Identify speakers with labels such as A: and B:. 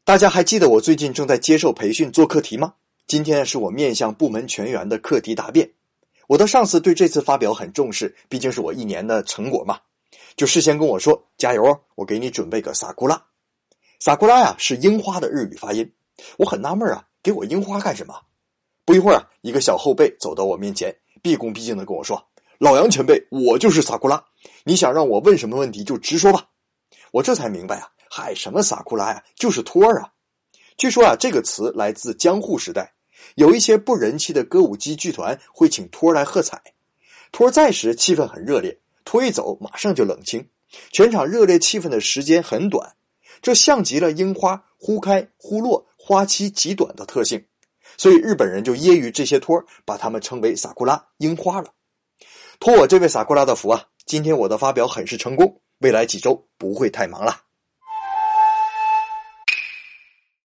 A: 大家还记得我最近正在接受培训做课题吗？今天是我面向部门全员的课题答辩。我的上司对这次发表很重视，毕竟是我1年的成果嘛，就事先跟我说加油哦，我给你准备个萨库拉。萨库拉呀是樱花的日语发音，我很纳闷啊，给我樱花干什么？不一会儿啊，一个小后辈走到我面前，毕恭毕敬地跟我说，老杨前辈，我就是萨库拉，你想让我问什么问题就直说吧。我这才明白啊，嗨，什么萨库拉呀，就是托儿啊。据说啊，这个词来自江户时代，有一些不人气的歌舞伎剧团会请托儿来喝彩。托儿在时气氛很热烈，托一走马上就冷清，全场热烈气氛的时间很短，这像极了樱花忽开忽落，花期极短的特性。所以日本人就揶揄这些托儿，把他们称为萨库拉，樱花了。托我这位萨库拉的福啊，今天我的发表很是成功，未来几周不会太忙了。